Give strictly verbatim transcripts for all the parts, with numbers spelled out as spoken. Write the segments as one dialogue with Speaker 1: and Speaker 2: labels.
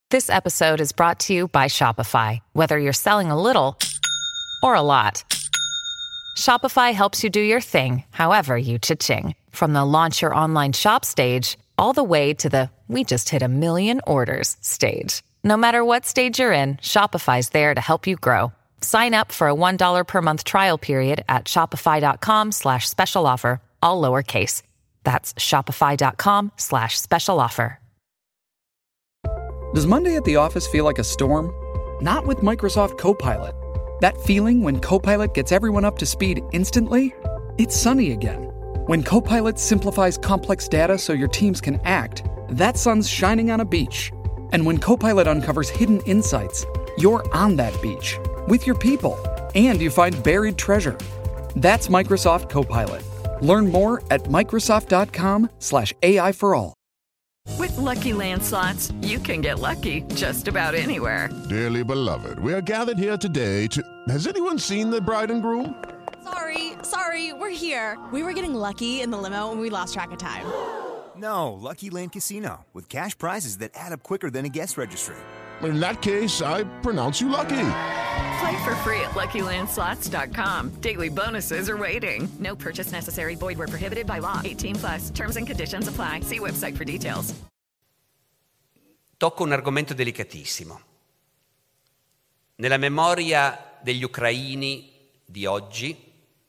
Speaker 1: This episode is brought to you by Shopify. Whether you're selling a little or a lot, Shopify helps you do your thing, however you cha-ching. From the launch your online shop stage, all the way to the we just hit a million orders stage. No matter what stage you're in, Shopify's there to help you grow. Sign up for a one dollar per month trial period at shopify.com slash special offer, all lowercase. That's shopify.com slash special offer.
Speaker 2: Does Monday at the office feel like a storm? Not with Microsoft Copilot. That feeling when Copilot gets everyone up to speed instantly? It's sunny again. When Copilot simplifies complex data so your teams can act, that sun's shining on a beach. And when Copilot uncovers hidden insights, you're on that beach with your people, and you find buried treasure. That's Microsoft Copilot. Learn more at Microsoft.com slash AI for all.
Speaker 3: With Lucky Land Slots, you can get lucky just about anywhere.
Speaker 4: Dearly beloved, we are gathered here today to... Has anyone seen the bride and groom?
Speaker 5: Sorry, sorry, we're here. We were getting lucky in the limo and we lost track of time.
Speaker 6: No, Lucky Land Casino, with cash prizes that add up quicker than a guest registry.
Speaker 4: In that case, I pronounce you lucky.
Speaker 3: Play for free at Lucky Land Slots dot com. Daily bonuses are waiting. No purchase necessary. Void where prohibited by law. eighteen plus. Terms and conditions apply. See website for details.
Speaker 7: Tocco un argomento delicatissimo. Nella memoria degli ucraini di oggi,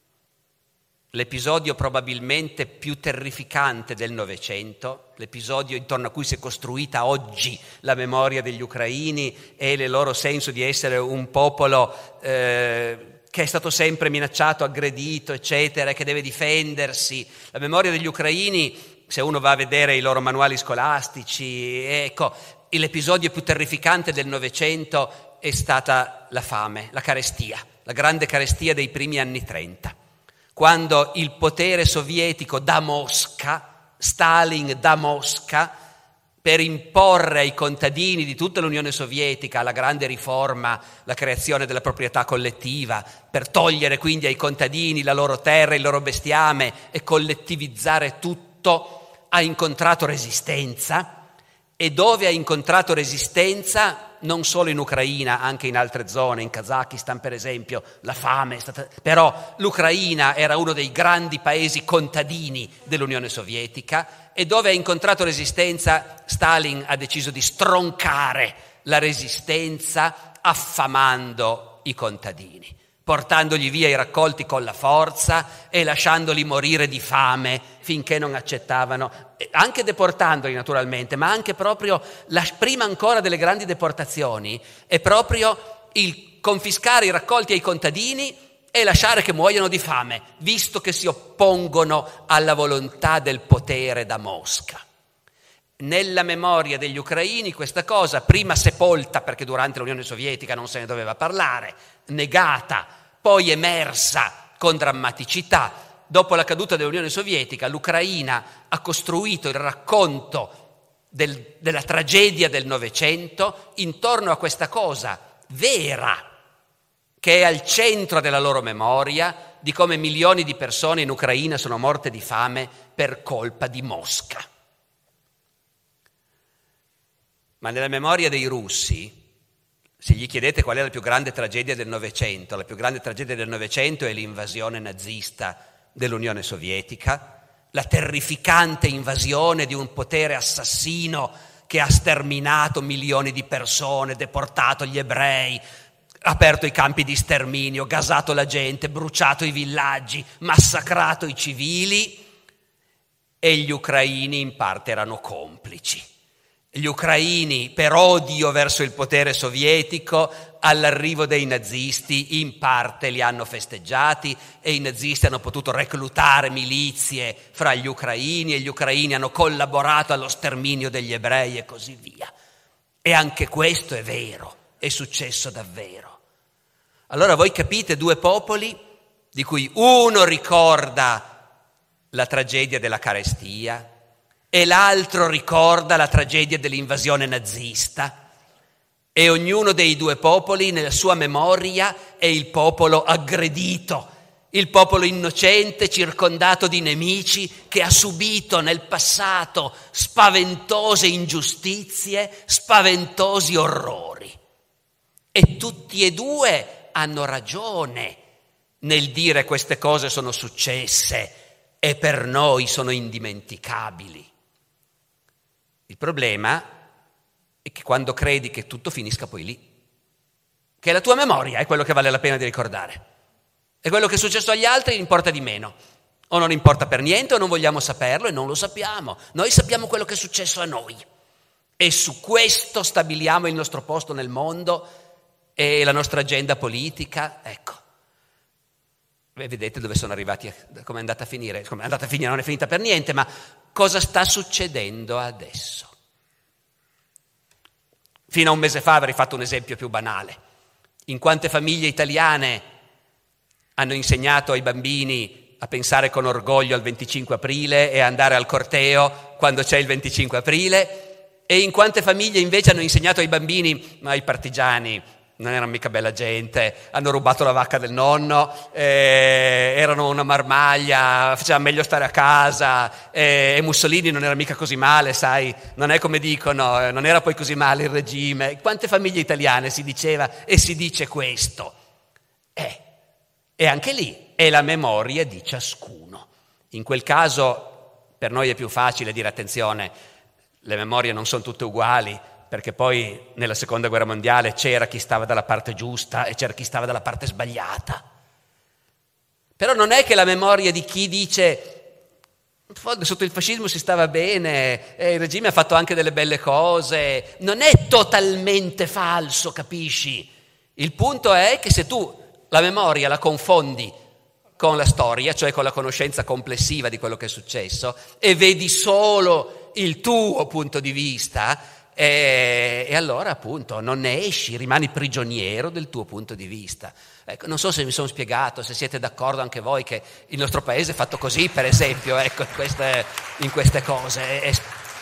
Speaker 7: l'episodio probabilmente più terrificante del Novecento, l'episodio intorno a cui si è costruita oggi la memoria degli ucraini e il loro senso di essere un popolo eh, che è stato sempre minacciato, aggredito, eccetera, che deve difendersi. La memoria degli ucraini, se uno va a vedere i loro manuali scolastici, ecco, l'episodio più terrificante del Novecento è stata la fame, la carestia, la grande carestia dei primi anni trenta. Quando il potere sovietico da Mosca, Stalin da Mosca, per imporre ai contadini di tutta l'Unione Sovietica la grande riforma, la creazione della proprietà collettiva, per togliere quindi ai contadini la loro terra, il loro bestiame e collettivizzare tutto, ha incontrato resistenza. E dove ha incontrato resistenza, non solo in Ucraina, anche in altre zone, in Kazakistan per esempio, la fame è stata... Però l'Ucraina era uno dei grandi paesi contadini dell'Unione Sovietica e dove ha incontrato resistenza, Stalin ha deciso di stroncare la resistenza affamando i contadini, portandogli via i raccolti con la forza e lasciandoli morire di fame finché non accettavano, anche deportandoli naturalmente, ma anche proprio, la, prima ancora delle grandi deportazioni, è proprio il confiscare i raccolti ai contadini e lasciare che muoiano di fame, visto che si oppongono alla volontà del potere da Mosca. Nella memoria degli ucraini questa cosa, prima sepolta perché durante l'Unione Sovietica non se ne doveva parlare, negata, poi emersa con drammaticità. Dopo la caduta dell'Unione Sovietica, l'Ucraina ha costruito il racconto del, della tragedia del Novecento intorno a questa cosa vera, che è al centro della loro memoria, di come milioni di persone in Ucraina sono morte di fame per colpa di Mosca. Ma nella memoria dei russi, se gli chiedete qual è la più grande tragedia del Novecento, la più grande tragedia del Novecento è l'invasione nazista dell'Unione Sovietica, la terrificante invasione di un potere assassino che ha sterminato milioni di persone, deportato gli ebrei, aperto i campi di sterminio, gasato la gente, bruciato i villaggi, massacrato i civili, e gli ucraini in parte erano complici. Gli ucraini, per odio verso il potere sovietico, all'arrivo dei nazisti in parte li hanno festeggiati e i nazisti hanno potuto reclutare milizie fra gli ucraini e gli ucraini hanno collaborato allo sterminio degli ebrei e così via. E anche questo è vero, è successo davvero. Allora voi capite due popoli di cui uno ricorda la tragedia della carestia e l'altro ricorda la tragedia dell'invasione nazista, e ognuno dei due popoli nella sua memoria è il popolo aggredito, il popolo innocente circondato di nemici che ha subito nel passato spaventose ingiustizie, spaventosi orrori. E tutti e due hanno ragione nel dire queste cose sono successe e per noi sono indimenticabili. Il problema è che quando credi che tutto finisca poi lì, che la tua memoria è quello che vale la pena di ricordare, e quello che è successo agli altri importa di meno, o non importa per niente o non vogliamo saperlo e non lo sappiamo. Noi sappiamo quello che è successo a noi e su questo stabiliamo il nostro posto nel mondo e la nostra agenda politica. Ecco, e vedete dove sono arrivati, come è andata a finire, come è andata a finire non è finita per niente, ma cosa sta succedendo adesso? Fino a un mese fa avrei fatto un esempio più banale. In quante famiglie italiane hanno insegnato ai bambini a pensare con orgoglio al venticinque aprile e andare al corteo quando c'è il venticinque aprile? E in quante famiglie invece hanno insegnato ai bambini, ma i partigiani non erano mica bella gente, hanno rubato la vacca del nonno, eh, erano una marmaglia, faceva meglio stare a casa, eh, e Mussolini non era mica così male, sai, non è come dicono, eh, non era poi così male il regime. Quante famiglie italiane si diceva e si dice questo? Eh, e anche lì è la memoria di ciascuno. In quel caso per noi è più facile dire attenzione, le memorie non sono tutte uguali, perché poi nella seconda guerra mondiale c'era chi stava dalla parte giusta e c'era chi stava dalla parte sbagliata. Però non è che la memoria di chi dice sotto il fascismo si stava bene, e il regime ha fatto anche delle belle cose, non è totalmente falso, capisci? Il punto è che se tu la memoria la confondi con la storia, cioè con la conoscenza complessiva di quello che è successo, e vedi solo il tuo punto di vista, E, e allora appunto non ne esci, rimani prigioniero del tuo punto di vista. Ecco, non so se mi sono spiegato, se siete d'accordo anche voi che il nostro paese è fatto così, per esempio, ecco, in queste, in queste cose. E...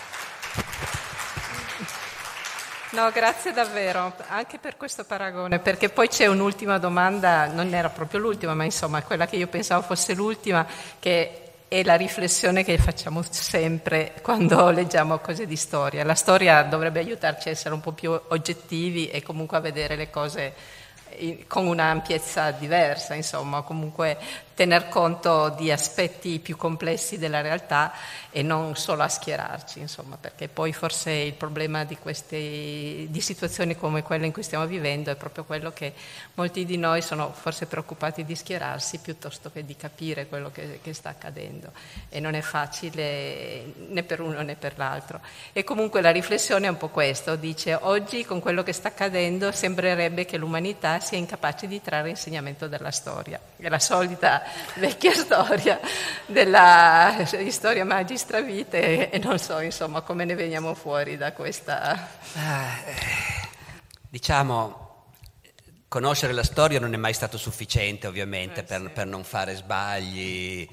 Speaker 8: No, grazie davvero, anche per questo paragone, perché poi c'è un'ultima domanda, non era proprio l'ultima, ma insomma quella che io pensavo fosse l'ultima, che è la riflessione che facciamo sempre quando leggiamo cose di storia. La storia dovrebbe aiutarci a essere un po' più oggettivi e comunque a vedere le cose con un'ampiezza diversa, insomma, comunque tener conto di aspetti più complessi della realtà e non solo a schierarci, insomma, perché poi forse il problema di queste di situazioni come quelle in cui stiamo vivendo è proprio quello che molti di noi sono forse preoccupati di schierarsi piuttosto che di capire quello che, che sta accadendo, e non è facile né per uno né per l'altro. E comunque la riflessione è un po' questo, dice: oggi con quello che sta accadendo sembrerebbe che l'umanità sia incapace di trarre insegnamento dalla storia. È la solita vecchia storia della storia magistra vitae, e non so insomma come ne veniamo fuori da questa.
Speaker 7: Eh, diciamo, conoscere la storia non è mai stato sufficiente, ovviamente, eh, per, sì. per non fare sbagli.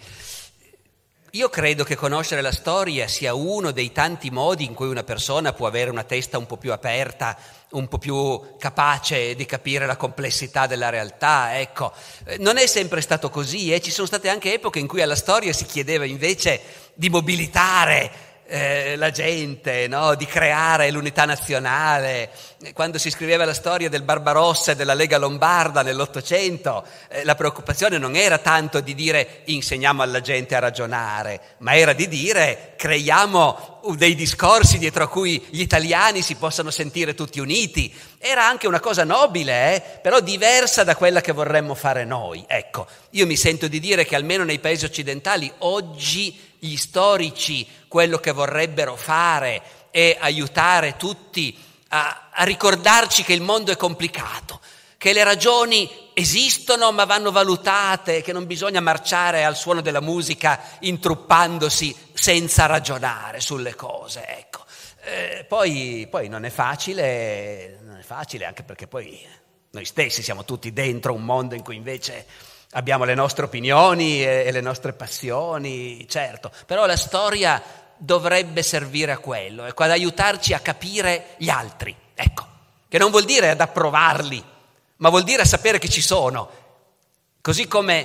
Speaker 7: Io credo che conoscere la storia sia uno dei tanti modi in cui una persona può avere una testa un po' più aperta, un po' più capace di capire la complessità della realtà. Ecco, non è sempre stato così, eh? Ci sono state anche epoche in cui alla storia si chiedeva invece di mobilitare eh, la gente, no? Di creare l'unità nazionale. Quando si scriveva la storia del Barbarossa e della Lega Lombarda nell'Ottocento, eh, la preoccupazione non era tanto di dire insegniamo alla gente a ragionare, ma era di dire creiamo dei discorsi dietro a cui gli italiani si possano sentire tutti uniti. Era anche una cosa nobile, eh? Però diversa da quella che vorremmo fare noi. Ecco, io mi sento di dire che almeno nei paesi occidentali oggi gli storici quello che vorrebbero fare è aiutare tutti a, a ricordarci che il mondo è complicato, che le ragioni esistono ma vanno valutate, che non bisogna marciare al suono della musica intruppandosi senza ragionare sulle cose, ecco. Eh, poi, poi non è facile, non è facile anche perché poi noi stessi siamo tutti dentro un mondo in cui invece abbiamo le nostre opinioni e, e le nostre passioni, certo, però la storia dovrebbe servire a quello, ecco, ad aiutarci a capire gli altri, ecco, che non vuol dire ad approvarli, ma vuol dire sapere che ci sono, così come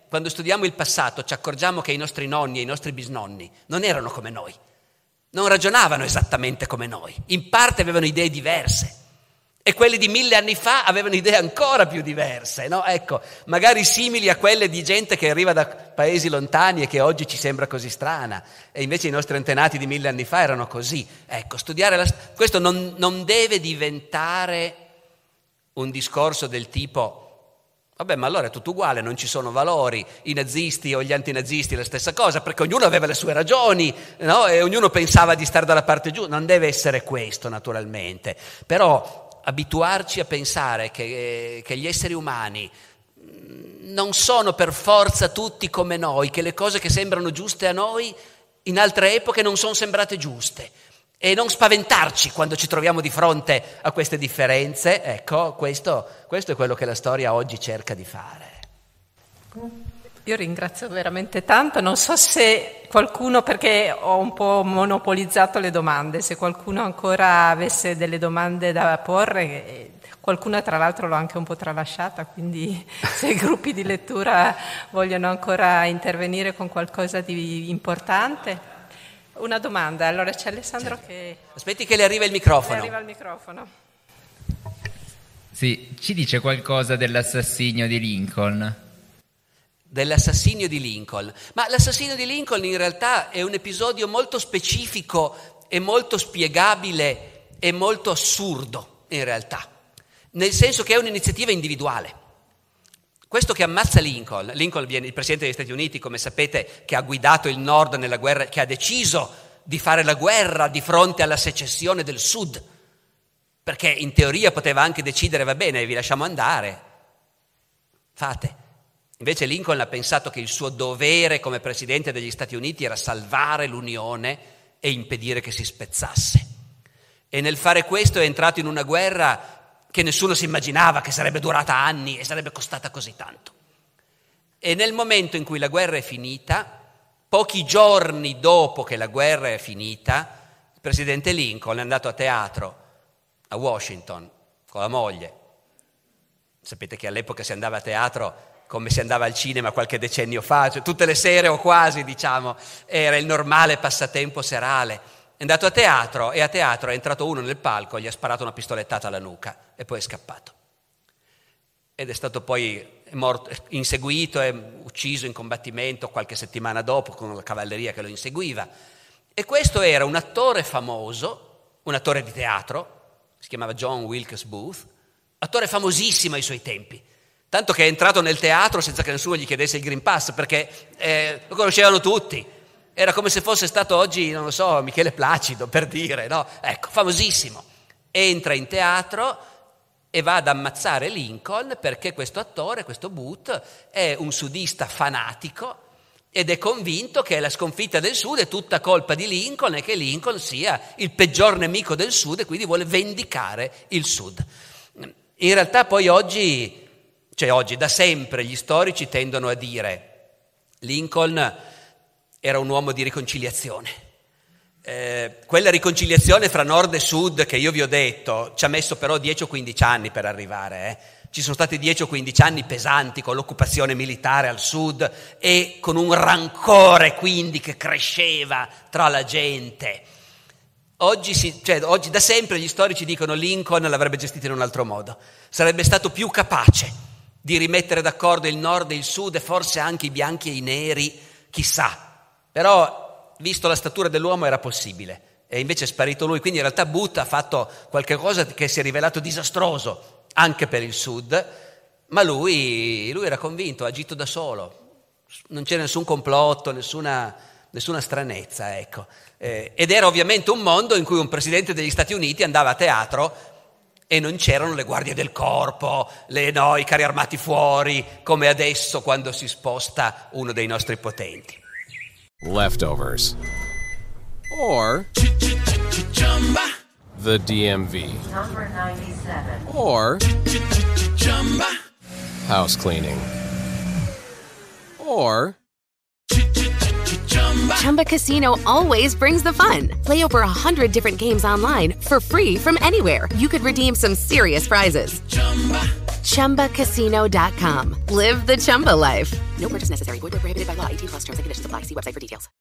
Speaker 7: quando studiamo il passato ci accorgiamo che i nostri nonni e i nostri bisnonni non erano come noi, non ragionavano esattamente come noi, in parte avevano idee diverse e quelli di mille anni fa avevano idee ancora più diverse, no? Ecco, magari simili a quelle di gente che arriva da paesi lontani e che oggi ci sembra così strana, e invece i nostri antenati di mille anni fa erano così. Ecco, studiare la, questo non, non deve diventare un discorso del tipo: vabbè, ma allora è tutto uguale, non ci sono valori, i nazisti o gli antinazisti è la stessa cosa, perché ognuno aveva le sue ragioni, no? E ognuno pensava di stare dalla parte giusta. Non deve essere questo, naturalmente, però abituarci a pensare che, che gli esseri umani non sono per forza tutti come noi, che le cose che sembrano giuste a noi in altre epoche non sono sembrate giuste, e non spaventarci quando ci troviamo di fronte a queste differenze. Ecco, questo, questo è quello che la storia oggi cerca di fare.
Speaker 8: Io ringrazio veramente tanto, non so se qualcuno, perché ho un po' monopolizzato le domande, se qualcuno ancora avesse delle domande da porre, qualcuna tra l'altro l'ho anche un po' tralasciata, quindi se i gruppi di lettura vogliono ancora intervenire con qualcosa di importante. Una domanda, allora c'è Alessandro certo. che...
Speaker 7: Aspetti che le arriva il microfono.
Speaker 8: Le arriva il microfono.
Speaker 9: Sì, ci dice qualcosa dell'assassinio di Lincoln?
Speaker 7: Dell'assassinio di Lincoln. Ma l'assassinio di Lincoln in realtà è un episodio molto specifico e molto spiegabile e molto assurdo, in realtà, nel senso che è un'iniziativa individuale. Questo che ammazza Lincoln, Lincoln viene il presidente degli Stati Uniti, come sapete, che ha guidato il Nord nella guerra, che ha deciso di fare la guerra di fronte alla secessione del Sud, perché in teoria poteva anche decidere: va bene, vi lasciamo andare, fate. Invece Lincoln ha pensato che il suo dovere come presidente degli Stati Uniti era salvare l'Unione e impedire che si spezzasse. E nel fare questo è entrato in una guerra che nessuno si immaginava che sarebbe durata anni e sarebbe costata così tanto. E nel momento in cui la guerra è finita, pochi giorni dopo che la guerra è finita, il presidente Lincoln è andato a teatro a Washington con la moglie. Sapete che all'epoca si andava a teatro come si andava al cinema qualche decennio fa, cioè tutte le sere o quasi, diciamo, era il normale passatempo serale. È andato a teatro e a teatro è entrato uno nel palco, gli ha sparato una pistolettata alla nuca e poi è scappato. Ed è stato poi morto, inseguito e ucciso in combattimento qualche settimana dopo con la cavalleria che lo inseguiva. E questo era un attore famoso, un attore di teatro, si chiamava John Wilkes Booth, attore famosissimo ai suoi tempi, tanto che è entrato nel teatro senza che nessuno gli chiedesse il Green Pass, perché eh, lo conoscevano tutti. Era come se fosse stato oggi, non lo so, Michele Placido, per dire, no? Ecco, famosissimo. Entra in teatro e va ad ammazzare Lincoln perché questo attore, questo Booth, è un sudista fanatico ed è convinto che la sconfitta del Sud è tutta colpa di Lincoln e che Lincoln sia il peggior nemico del Sud e quindi vuole vendicare il Sud. In realtà poi oggi, cioè oggi, da sempre gli storici tendono a dire Lincoln era un uomo di riconciliazione. Eh, quella riconciliazione fra nord e sud che io vi ho detto ci ha messo però dieci o quindici anni per arrivare. Eh. Ci sono stati dieci o quindici anni pesanti con l'occupazione militare al sud e con un rancore quindi che cresceva tra la gente. Oggi, si, cioè, oggi da sempre gli storici dicono Lincoln l'avrebbe gestito in un altro modo. Sarebbe stato più capace di rimettere d'accordo il nord e il sud e forse anche i bianchi e i neri, chissà. Però, visto la statura dell'uomo, era possibile. E invece è sparito lui. Quindi in realtà Booth ha fatto qualche cosa che si è rivelato disastroso anche per il Sud, ma lui, lui era convinto, ha agito da solo. Non c'era nessun complotto, nessuna, nessuna stranezza, ecco. Eh, ed era ovviamente un mondo in cui un presidente degli Stati Uniti andava a teatro e non c'erano le guardie del corpo, le, no, i carri armati fuori, come adesso quando si sposta uno dei nostri potenti.
Speaker 10: Leftovers, or the D M V,
Speaker 11: number ninety-seven,
Speaker 10: or house cleaning, or
Speaker 12: Chumba Casino always brings the fun. Play over a hundred different games online for free from anywhere. You could redeem some serious prizes. Chumba Casino dot com. Live the Chumba life. No purchase necessary. Void where prohibited by law. eighteen plus terms and conditions apply. See website for details.